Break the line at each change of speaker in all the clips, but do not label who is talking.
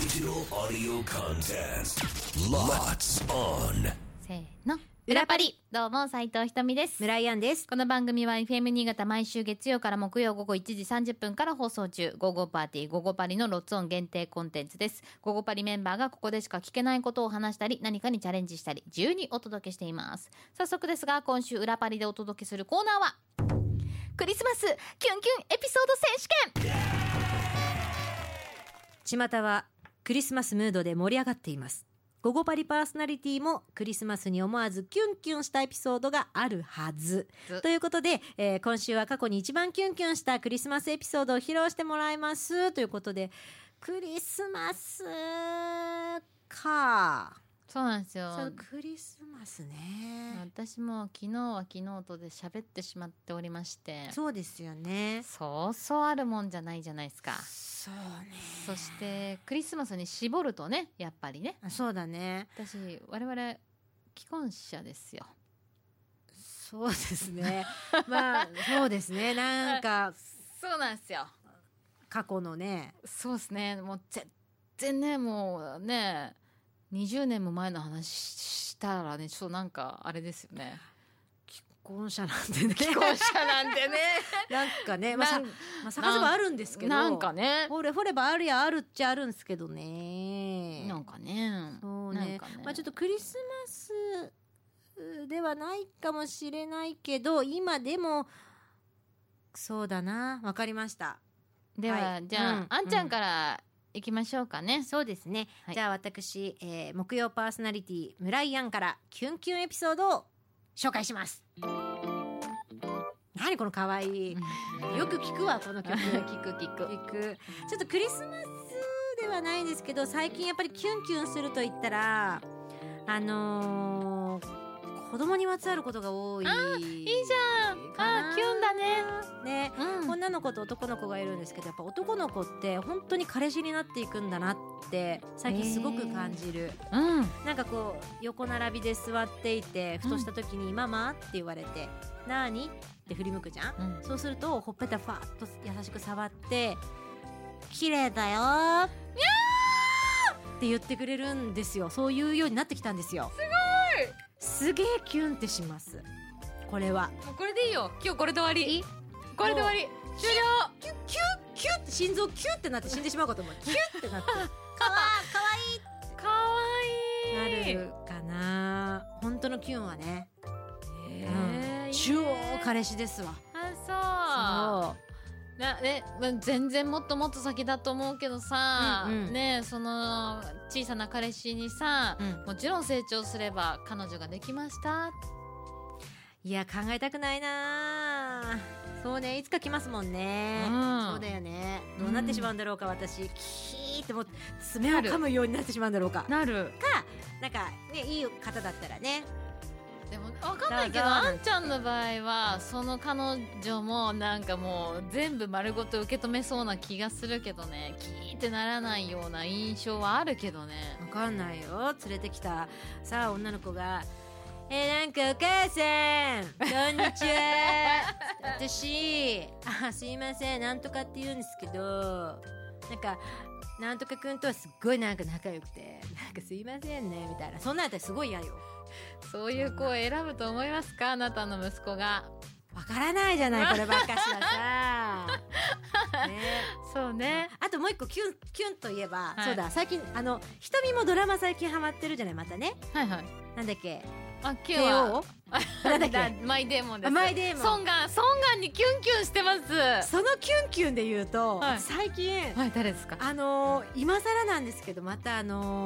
Digital audio contest. Lots on.
せーの、裏パリ。どうも斉藤ひとみです。
村井杏です。
この番組は FM 新潟毎週月曜から木曜午後1時30分から放送中、午後パーティー午後パリのロッツオン限定コンテンツです。午後パリメンバーがここでしか聞けないことを話したり、何かにチャレンジしたり、自由にお届けしています。早速ですが、今週裏パリでお届けするコーナーはクリスマスキュンキュンエピソード選手権。
巷はクリスマスムードで盛り上がっています。午後パリパーソナリティもクリスマスに思わずキュンキュンしたエピソードがあるはずということで、今週は過去に一番キュンキュンしたクリスマスエピソードを披露してもらいますということで、クリスマスか。
そうなんですよ。
そうクリスマスね。
私も昨日は昨日とで喋ってしまっておりまして。
そうですよね。
そうそうあるもんじゃないじゃないですか。
そうね。
そしてクリスマスに絞るとね、やっぱりね。
そうだね。
私我々既婚者ですよ。
そうですね。まあそうですね。なんか
そうなんですよ。
過去のね。
そうですね。もう全然ね、もうね、20年も前の話したらね、ちょっとなんかあれですよね。
既婚者なんでね。
既婚者なんでね。
なんかね、探せばあるんですけど、
なんかね、
掘ればあるやあるっちゃあるんですけどね。
なんかね、
そうね。
なんかね、
ちょっとクリスマスではないかもしれないけど、今でもそうだな。わかりました。
では、じゃあ、あんちゃんから行きましょうかね。
そうですね。
はい、
じゃあ私、木曜パーソナリティ村井杏からキュンキュンエピソードを紹介します。何この可愛いよく聞くわこの曲。
聞く
ちょっとクリスマスではないんですけど、最近やっぱりキュンキュンすると言ったら子供にまつわることが多い。
いいじゃん。キュンだね。
ね、女の子と男の子がいるんですけど、やっぱ男の子って本当に彼氏になっていくんだなって最近すごく感じる。なんかこう横並びで座っていて、ふとした時にママって言われて、なーにって振り向くじゃん、そうするとほっぺたファーッと優しく触って、綺麗だよーって言ってくれるんですよ。そういうようになってきたんですよ。すげえキュンってします。これは
もうこれでいいよ。今日これで終わり。これで終わり。終了。
キュッキュッキュッって心臓キュッってなって死んでしまうかと思う。キュッってなってかわいいなるかな。本当のキュンはね、超彼氏ですわ。
全然もっともっと先だと思うけどさ、ね、その小さな彼氏にさ、もちろん成長すれば彼女ができました。
いや考えたくないな。そうね、いつか来ますもんね、そうだよね。どうなってしまうんだろうか、私キーってもう爪を噛むようになってしまうんだろうか。
なる
か、なんかね、いい方だったらね。
でも分かんないけど、あんちゃんの場合はその彼女もなんかもう全部丸ごと受け止めそうな気がするけどね、キーってならないような印象はあるけどね。
分かんないよ。連れてきたさあ女の子がなんかお母さんこんにちは私すいませんなんとかって言うんですけど、なんかなんとかくんとはすっごいなんか仲良くて、なんかすいませんねみたいな、そんなんやったらすごい嫌よ。
そういう子を選ぶと思いますか、あなたの息子が。
わからないじゃないこればっかしはさね、
そうね。
あともう一個キュンといえば、そうだ、最近瞳もドラマ最近ハマってるじゃない、またね。
はいはい。
なんだっけ、
今日は
なんだっけ
マイデーモンです。
マイデーモン。
ソンガンにキュンキュンしてます。
そのキュンキュンで言うと、最近、
誰ですか。
今更なんですけど、また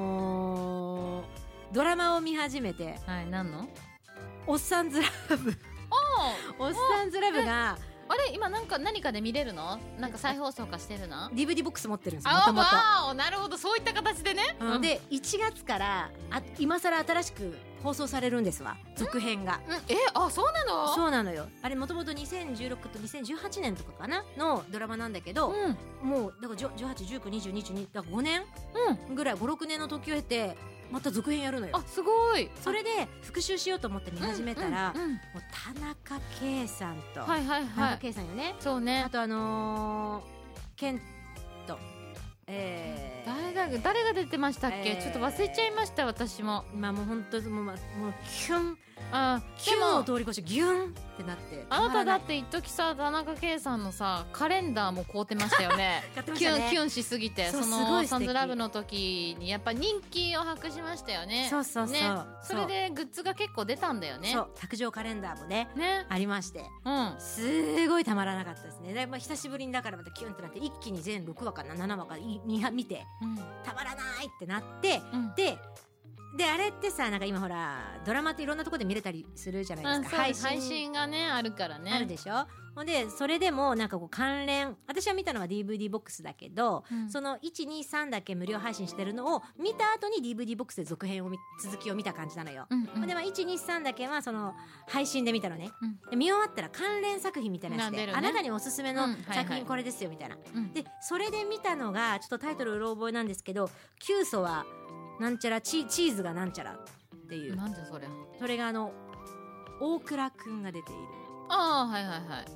ドラマを見始めて、
何の
おっさんずラブおっさんずラブが、
あれ今何かで見れるの？なんか再放送化してるの？
DVD ボックス持ってるんですよ、もともと。
なるほど、そういった形でね。
で1月から今更新しく放送されるんですわ、続編が。
そうなの？
そうなのよ。あれもともと2016と2018年とかかなのドラマなんだけど、もうだから18、19、20、22だから5年ぐらい、5、6年の時を経てまた続編やるのよ。
すごい。
それで復習しようと思って見始めたら、もう田中圭さんと、田中圭さんよね。
そうね。
あとケント、
誰だ誰が出てましたっけ、ちょっと忘れちゃいました私も。
まあもう本当もうキュン
で
キュンを
も
通り越してギュンってなって、
あなただって一時さ田中圭さんのさカレンダーも買うてましたよね
買ってましたね
キュンしすぎて、
そう
そ
すごい素敵
のサンズラブの時にやっぱ人気を博しましたよね。
そうそうそう、
ね、それでグッズが結構出たんだよね。
そう卓上カレンダーもねありまして、すごいたまらなかったですね。で、久しぶりにだからまたキュンってなって一気に全6話かな7話か見て、たまらないってなって、であれってさなんか今ほらドラマっていろんなところで見れたりするじゃないですか、
配信がねあるからね
あるでしょ。ほんでそれでもなんかこう関連、私は見たのは DVD ボックスだけど、その123だけ無料配信してるのを見た後に DVD ボックスで続きを見た感じなのよ。で、123だけはその配信で見たのね、で見終わったら関連作品みたいなやつで、あなたにおすすめの作品これですよみたいな、でそれで見たのがちょっとタイトルうろ覚えなんですけど、キュウソはなんちゃらチーズがなんちゃらっていう、
なんじゃそれ。
それが大倉くんが出ている。
はい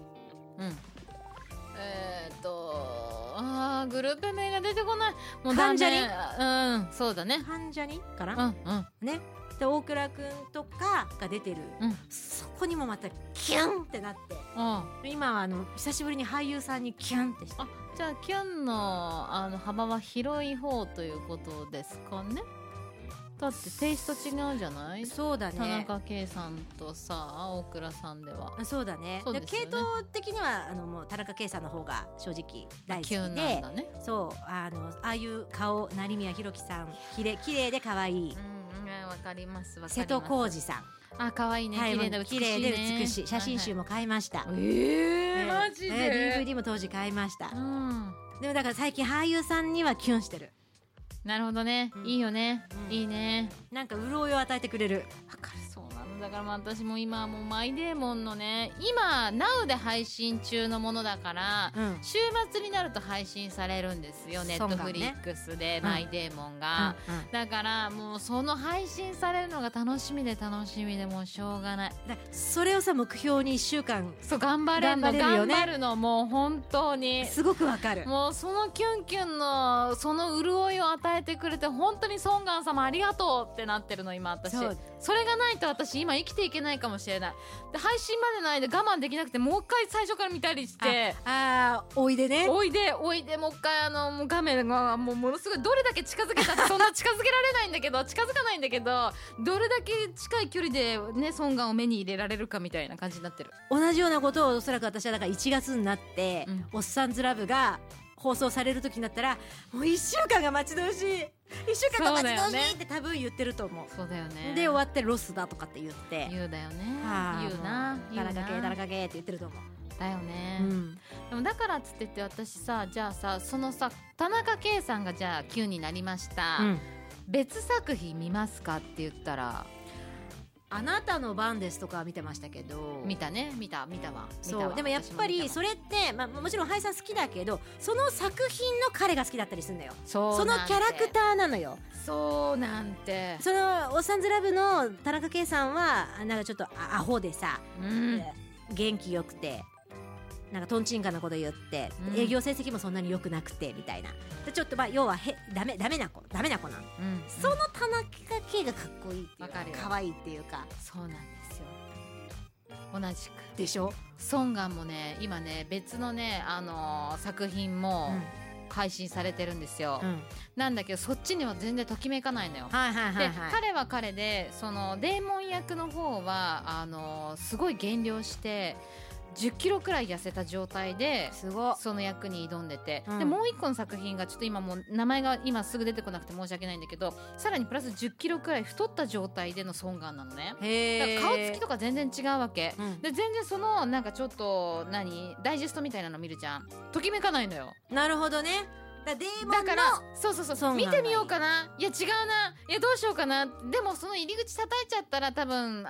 グループ名が出てこない。もう
関ジャ
ニ、そうだね、
関ジャニかな、ね。で大倉くんとかが出てる、そこにもまたキュンってなって、今は久しぶりに俳優さんにキュンってして、
じゃあキュンの幅は広い方ということですかね。だってテイスト違うじゃない。
そうだね、
田中圭さんとさ大倉さんでは。
そうだね。系統的にはもう田中圭さんの方が正直大好きで、
なんだね、
そうああいう顔、成宮弘樹さん綺麗で可愛い、
わかります
瀬戸康史さん、
可愛いね、
綺麗で美しい写真集も買いました。
マジで、
DVD も当時買いました。でもだから最近俳優さんにはキュンしてる。
なるほどね、いいよね、いいね、
なんか潤いを与えてくれる。
わかる。そうなのだから私も今もうマイデーモンのね、今 Now で配信中のものだから、週末になると配信されるんですよ、ネットフリックスでマイデーモンが、だからもうその配信されるのが楽しみでもうしょうがない。
それをさ目標に1週間
頑張れるの、頑張るの、もう本当に
すごくわかる。
もうそのキュンキュンのその潤いを与えてくれて本当にソンガン様ありがとうってなってるの今私。それがないと私今生きていけないかもしれない。で配信までの間我慢できなくてもう一回最初から見たりして、
おいでもう一
回もう画面がものすごい、どれだけ近づけたってそんな近づけられないんだけど近づかないんだけど、どれだけ近い距離でねソンガンを目に入れられるかみたいな感じになってる。
同じようなことをおそらく私はだから1月になって、おっさんずラブが放送される時になったらもう1週間が待ち遠しい、1週間が待ち遠しいって多分言ってると思う。
そうだよね。
で終わってロスだとかって言って
言うだよね、言うな
だらかけって言ってると思う。
だよね、でもだからっつってて私さ、じゃあさそのさ田中圭さんがじゃあ9になりました、別作品見ますかって言ったら
あなたの番ですとか見てましたけど、
見たわ。
そうでもやっぱりそれって、もちろん俳優さん好きだけどその作品の彼が好きだったりするのよ。そのキャラクターなのよ。
そうなんて、
そのおっさんずラブの田中圭さんはなんかちょっとアホでさ、元気よくてなんかトンチンカンなこと言って、営業成績もそんなに良くなくてみたいな、でちょっと要はダメな子な、その田中圭がかっこいいっていうか可愛いっていうか。
そうなんですよ、同じく
でしょ。
ソンガンもね今ね別のね作品も配信されてるんですよ、なんだけどそっちには全然ときめかないのよ。で彼は彼でそのデーモン役の方はすごい減量して10キロくらい痩せた状態でその役に挑んでて、でもう一個の作品がちょっと今もう名前が今すぐ出てこなくて申し訳ないんだけど、さらにプラス10キロくらい太った状態でのソンガンなのね。だから顔つきとか全然違うわけ、で全然そのなんかちょっとダイジェストみたいなの見るじゃん、ときめかないのよ。
なるほどね。だ
からそう見てみようかな、いや違うな、いやどうしようかな、でもその入り口叩いちゃったら多分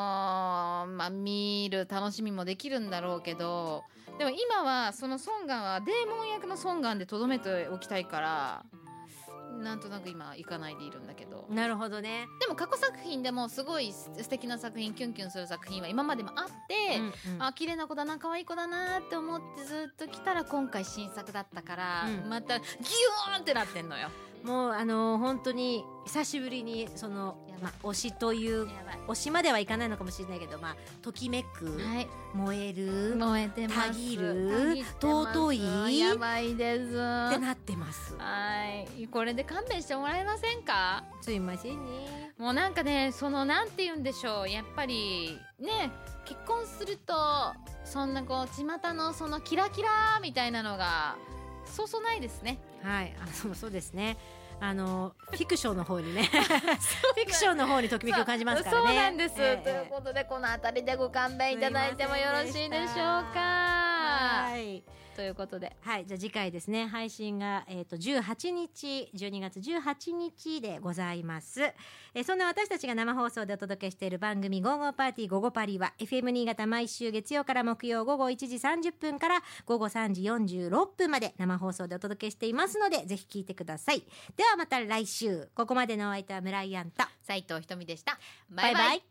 見る楽しみもできるんだろうけど、でも今はそのソンガンはデーモン役のソンガンでとどめておきたいからなんとなく今行かないでいるんだけど。
なるほどね。
でも過去作品でもすごい素敵な作品、キュンキュンする作品は今までもあって、綺麗な子だな可愛い子だなって思ってずっと来たら今回新作だったから、またギューンってなってんのよ。
もう本当に久しぶりにその、推しという推しまではいかないのかもしれないけど、ときめく、はい、燃える、
燃えてます、
たぎる、尊い、
やばいですって
なってます。
はい、これで勘弁してもらえませんか。
すいませんね。
もうなんかね、そのなんて言うんでしょう、やっぱりね、結婚するとそんなこう巷のそのキラキラみたいなのがそうそうないですね。
はい、そうですね。フィクションの方にねフィクションの方にときめきを感じますからね。
そうなんです、ということでこのあたりでご勘弁いただいてもよろしいでしょうか。はい、ということで、
はい、じゃあ次回ですね、配信が、18日12月18日でございます。そんな私たちが生放送でお届けしている番組ゴーゴーパーティーゴゴパリは FM 新潟毎週月曜から木曜午後1時30分から午後3時46分まで生放送でお届けしていますので、ぜひ聞いてください。ではまた来週。ここまでのお相手は村井アンと
斉藤ひとみでした。
バイバイ。